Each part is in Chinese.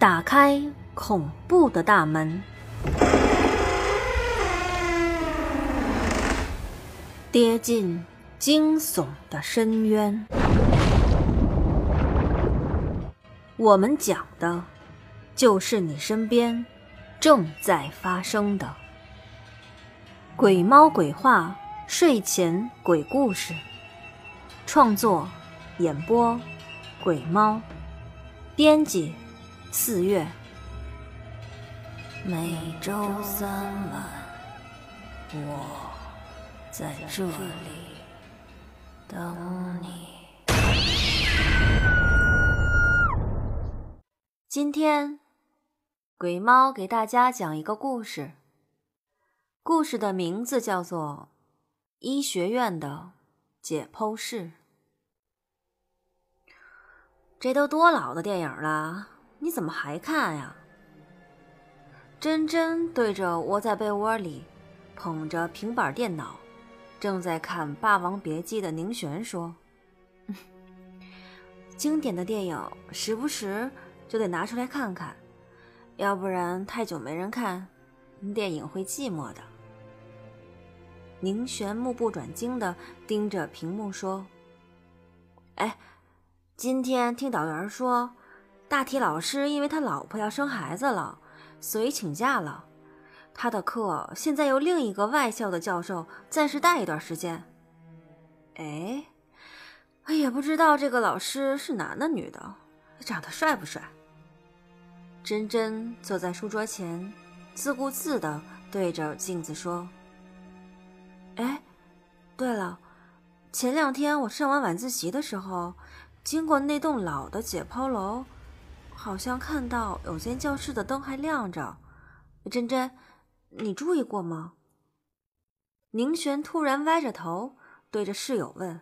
打开恐怖的大门，跌进惊悚的深渊。我们讲的就是你身边正在发生的鬼猫鬼话睡前鬼故事。创作演播鬼猫，编辑4月。每周3晚，我在这里等你。今天鬼猫给大家讲一个故事，故事的名字叫做医学院的解剖室。这都多老的电影了，你怎么还看呀？珍珍对着窝在被窝里捧着平板电脑正在看《霸王别姬》的宁璇说，经典的电影时不时就得拿出来看看，要不然太久没人看，电影会寂寞的。宁璇目不转睛地盯着屏幕说，今天听导员说，大体老师因为他老婆要生孩子了，所以请假了。他的课现在由另一个外校的教授暂时带一段时间。也不知道这个老师是男的女的，长得帅不帅？珍珍坐在书桌前，自顾自地对着镜子说，对了，前2天我上完晚自习的时候，经过那栋老的解剖楼，好像看到有间教室的灯还亮着。珍珍，你注意过吗？宁璇突然歪着头对着室友问，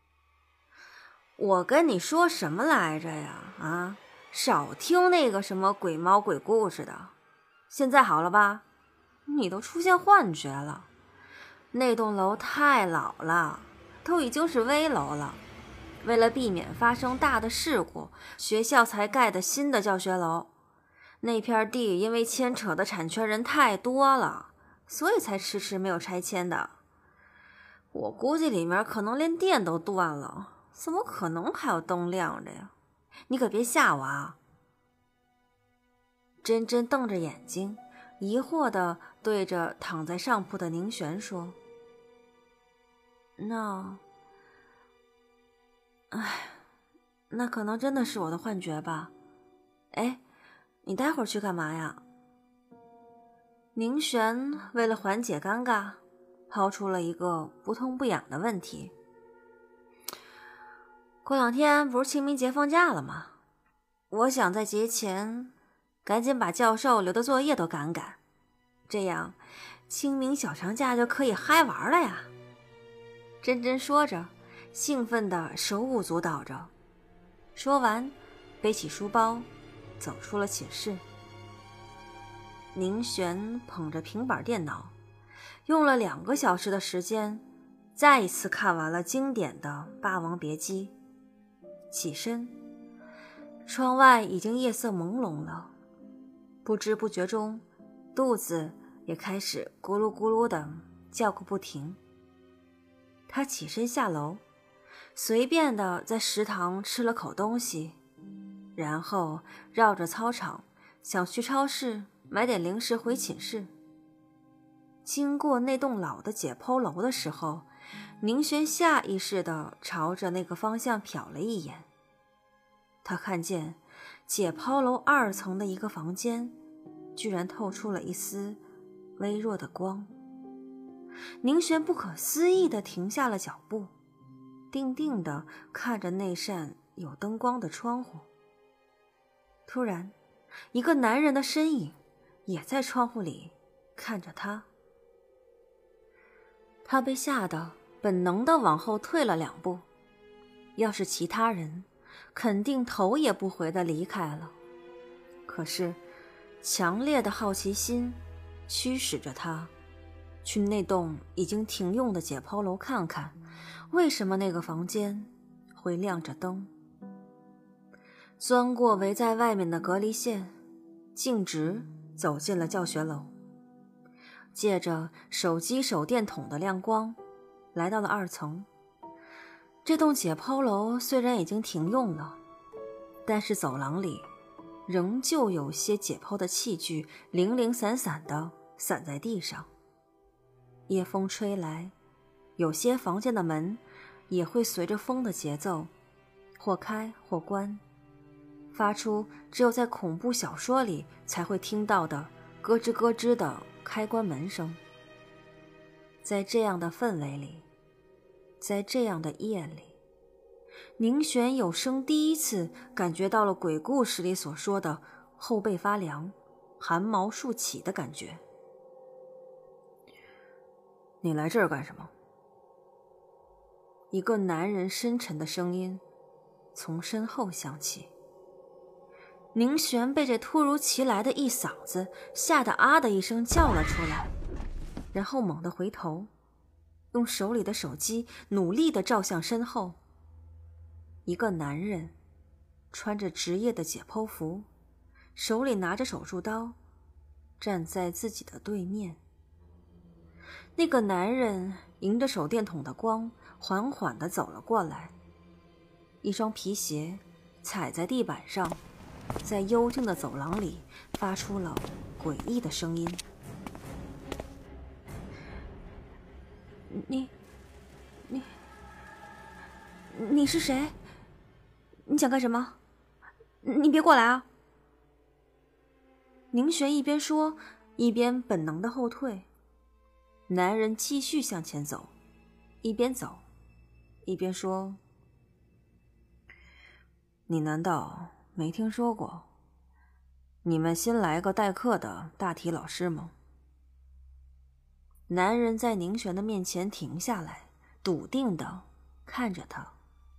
我跟你说什么来着呀？少听那个什么鬼猫鬼故事的。现在好了吧？你都出现幻觉了。那栋楼太老了，都已经是危楼了。为了避免发生大的事故，学校才盖的新的教学楼。那片地因为牵扯的产权人太多了，所以才迟迟没有拆迁的。我估计里面可能连电都断了，怎么可能还有灯亮着呀？你可别吓我啊！珍珍瞪着眼睛，疑惑地对着躺在上铺的宁璇说，那可能真的是我的幻觉吧。你待会儿去干嘛呀？宁璇为了缓解尴尬，抛出了一个不痛不痒的问题。过2天不是清明节放假了吗？我想在节前赶紧把教授留的作业都赶赶，这样清明小长假就可以嗨玩了呀。珍珍说着，兴奋地手舞足蹈着，说完背起书包走出了寝室。宁璇捧着平板电脑，用了2个小时的时间，再一次看完了经典的《霸王别姬》。起身，窗外已经夜色朦胧了，不知不觉中，肚子也开始咕噜咕噜地叫个不停。他起身下楼，随便地在食堂吃了口东西，然后绕着操场想去超市买点零食回寝室。经过那栋老的解剖楼的时候，宁璇下意识地朝着那个方向瞟了一眼。他看见解剖楼2层的一个房间居然透出了一丝微弱的光。宁璇不可思议地停下了脚步，定定地看着那扇有灯光的窗户。突然，一个男人的身影也在窗户里看着他。他被吓得本能地往后退了2步，要是其他人肯定头也不回地离开了。可是强烈的好奇心驱使着他去那栋已经停用的解剖楼看看，为什么那个房间会亮着灯。钻过围在外面的隔离线， 径直走进了教学楼，借着手机手电筒的亮光，来到了2层。这栋解剖楼虽然已经停用了，但是走廊里仍旧有些解剖的器具零零散散地散在地上。夜风吹来，有些房间的门也会随着风的节奏或开或关，发出只有在恐怖小说里才会听到的咯吱咯吱的开关门声。在这样的氛围里，在这样的夜里，宁璇有生第一次感觉到了鬼故事里所说的后背发凉、汗毛竖起的感觉。你来这儿干什么？一个男人深沉的声音从身后响起。宁璇被这突如其来的一嗓子吓得啊的一声叫了出来，然后猛地回头，用手里的手机努力地照向身后。一个男人穿着职业的解剖服，手里拿着手术刀，站在自己的对面。那个男人迎着手电筒的光缓缓地走了过来，一双皮鞋踩在地板上，在幽静的走廊里发出了诡异的声音。你是谁？你想干什么？你别过来啊！宁璇一边说，一边本能的后退。男人继续向前走，一边走一边说：你难道没听说过你们新来个代课的大体老师吗？男人在宁璇的面前停下来，笃定地看着他。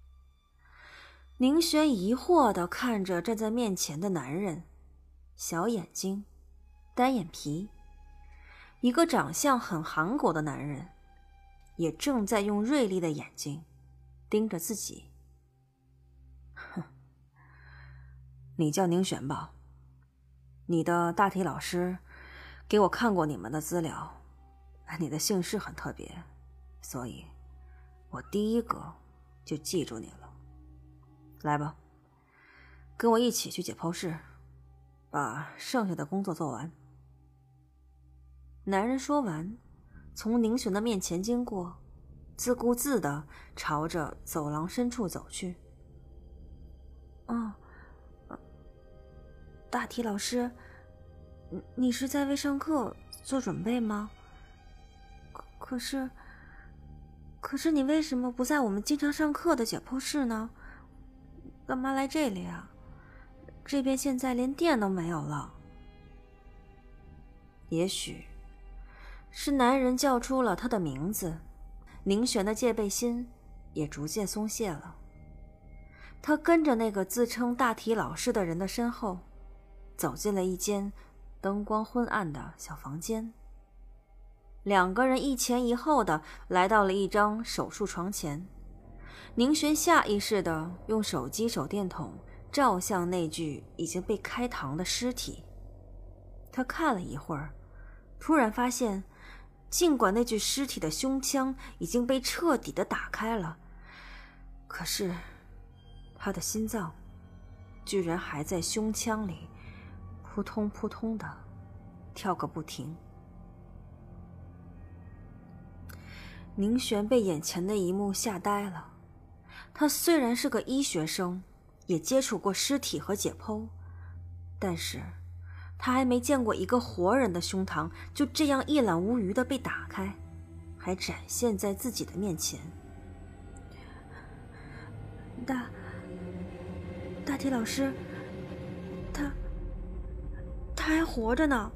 宁璇疑惑地看着站在面前的男人，小眼睛，单眼皮，一个长相很韩国的男人，也正在用锐利的眼睛盯着自己。哼，你叫宁璇吧？你的大体老师给我看过你们的资料，你的姓氏很特别，所以我第一个就记住你了。来吧，跟我一起去解剖室，把剩下的工作做完。男人说完，从宁璇的面前经过，自顾自地朝着走廊深处走去。大体老师，你是在为上课做准备吗？可是你为什么不在我们经常上课的解剖室呢？干嘛来这里啊？这边现在连电都没有了。也许是男人叫出了他的名字，宁璇的戒备心也逐渐松懈了。他跟着那个自称大体老师的人的身后，走进了一间灯光昏暗的小房间。两个人一前一后的来到了一张手术床前。宁璇下意识地用手机手电筒照向那具已经被开膛的尸体。他看了一会儿，突然发现，尽管那具尸体的胸腔已经被彻底地打开了，可是他的心脏居然还在胸腔里扑通扑通地跳个不停。宁璇被眼前的一幕吓呆了。他虽然是个医学生，也接触过尸体和解剖，但是他还没见过一个活人的胸膛就这样一览无余地被打开，还展现在自己的面前。大体老师，他还活着呢。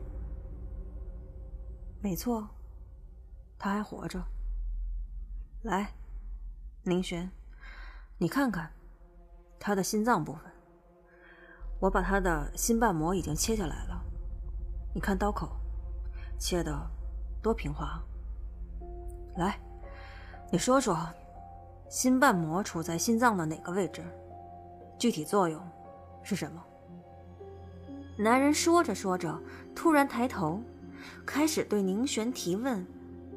没错，他还活着。来，宁璇，你看看他的心脏部分，我把他的心瓣膜已经切下来了，你看刀口切得多平滑。来，你说说，心瓣膜处在心脏的哪个位置？具体作用是什么？ 男人说着说着，突然抬头，开始对宁璇提问。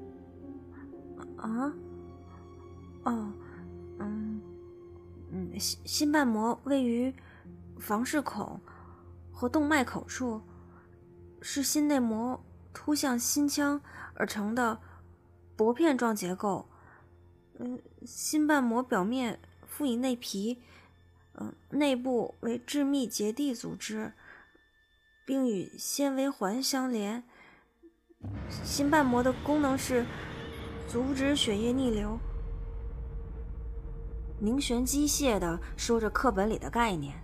心瓣膜位于房室孔和动脉口处，是心内膜凸向心腔而成的薄片状结构。心瓣膜表面附以内皮，内部为致密结缔组织，并与纤维环相连。心瓣膜的功能是阻止血液逆流。宁璇机械地说着课本里的概念。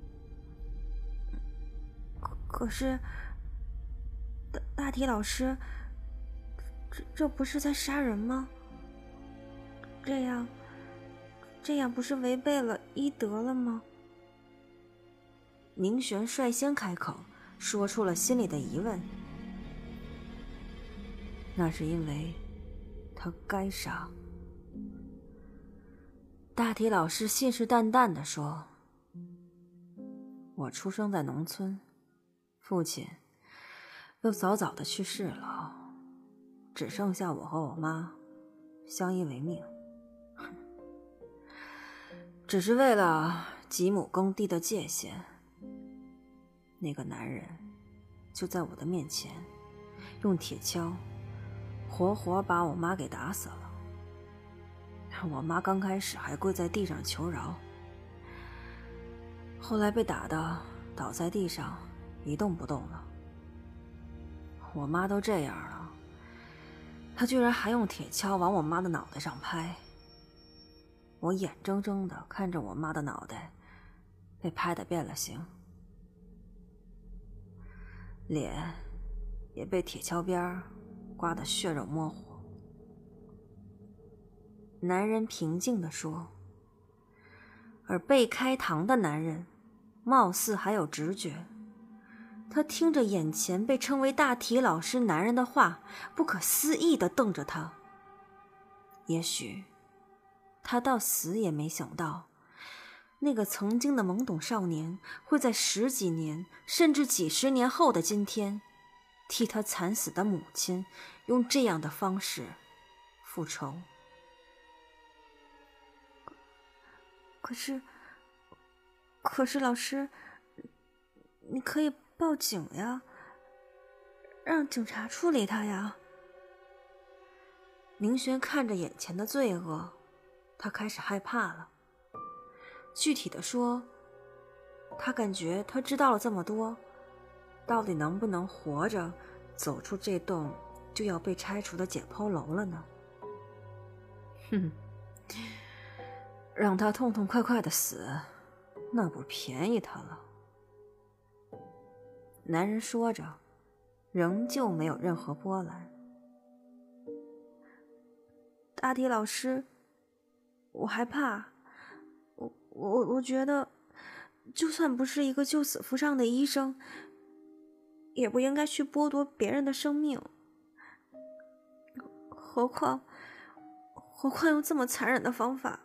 可是，大体老师，这不是在杀人吗？这样不是违背了医德了吗？宁璇率先开口，说出了心里的疑问。那是因为他该杀。大体老师信誓旦旦地说，我出生在农村，父亲又早早的去世了，只剩下我和我妈相依为命。只是为了几亩耕地的界限，那个男人就在我的面前用铁锹活活把我妈给打死了。我妈刚开始还跪在地上求饶，后来被打得倒在地上一动不动了。我妈都这样了，他居然还用铁锹往我妈的脑袋上拍。我眼睁睁地看着我妈的脑袋被拍得变了形，脸也被铁锹边刮得血肉模糊。男人平静地说，而被开膛的男人貌似还有直觉，他听着眼前被称为大体老师男人的话，不可思议地瞪着他。也许他到死也没想到，那个曾经的懵懂少年会在10几年甚至几十年后的今天，替他惨死的母亲用这样的方式复仇。可是老师，你可以报警呀，让警察处理他呀。宁璇看着眼前的罪恶，他开始害怕了。具体的说，他感觉他知道了这么多，到底能不能活着走出这栋就要被拆除的解剖楼了呢？让他痛痛快快的死，那不便宜他了。男人说着，仍旧没有任何波澜。大体老师，我害怕，我觉得，就算不是一个救死扶伤的医生，也不应该去剥夺别人的生命。何况用这么残忍的方法。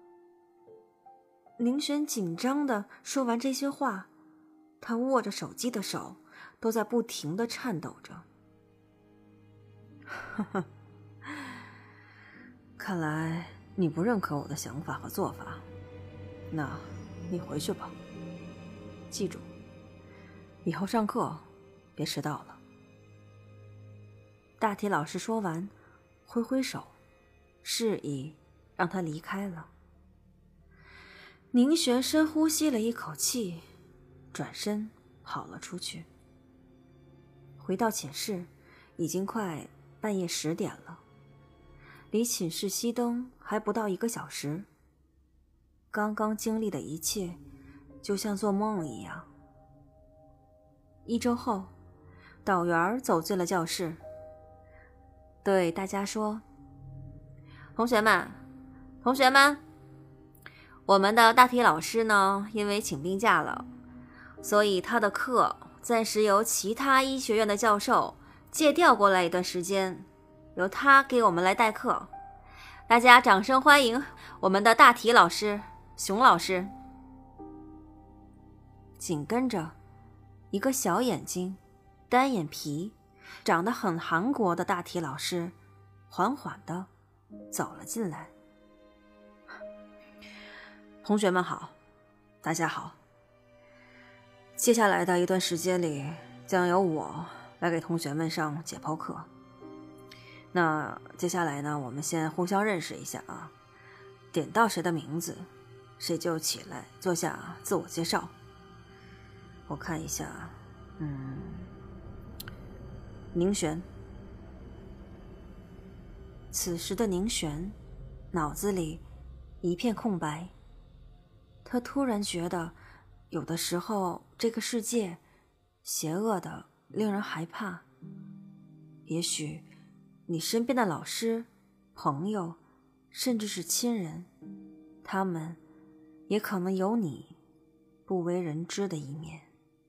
宁璇紧张地说完这些话，他握着手机的手都在不停地颤抖着。看来你不认可我的想法和做法，那你回去吧。记住，以后上课别迟到了。大体老师说完，挥挥手，示意让他离开了。宁璇深呼吸了一口气，转身跑了出去。回到寝室，已经快半夜10点了，离寝室熄灯还不到1个小时。刚刚经历的一切，就像做梦一样。1周后，导员走进了教室，对大家说：“同学们，我们的大体老师呢，因为请病假了，所以他的课暂时由其他医学院的教授借调过来一段时间，由他给我们来代课。大家掌声欢迎我们的大体老师熊老师。”紧跟着， 一个小眼睛、单眼皮、长得很韩国的大体老师缓缓地走了进来。同学们好，大家好。接下来的一段时间里，将由我来给同学们上解剖课。那接下来呢，我们先互相认识一下啊，点到谁的名字，谁就起来做下自我介绍。我看一下，宁璇。此时的宁璇脑子里一片空白，他突然觉得有的时候这个世界邪恶的令人害怕。也许你身边的老师、朋友，甚至是亲人，他们也可能有你不为人知的一面。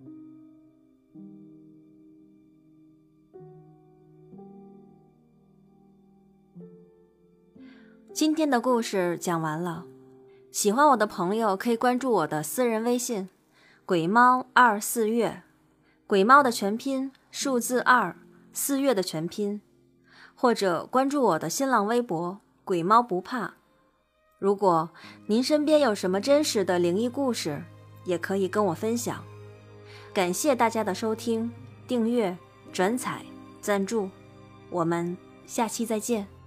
今天的故事讲完了，喜欢我的朋友可以关注我的私人微信鬼猫24月，鬼猫的全拼，数字2，4月的全拼，或者关注我的新浪微博鬼猫不怕。如果您身边有什么真实的灵异故事，也可以跟我分享。感谢大家的收听、订阅、转采、赞助，我们下期再见。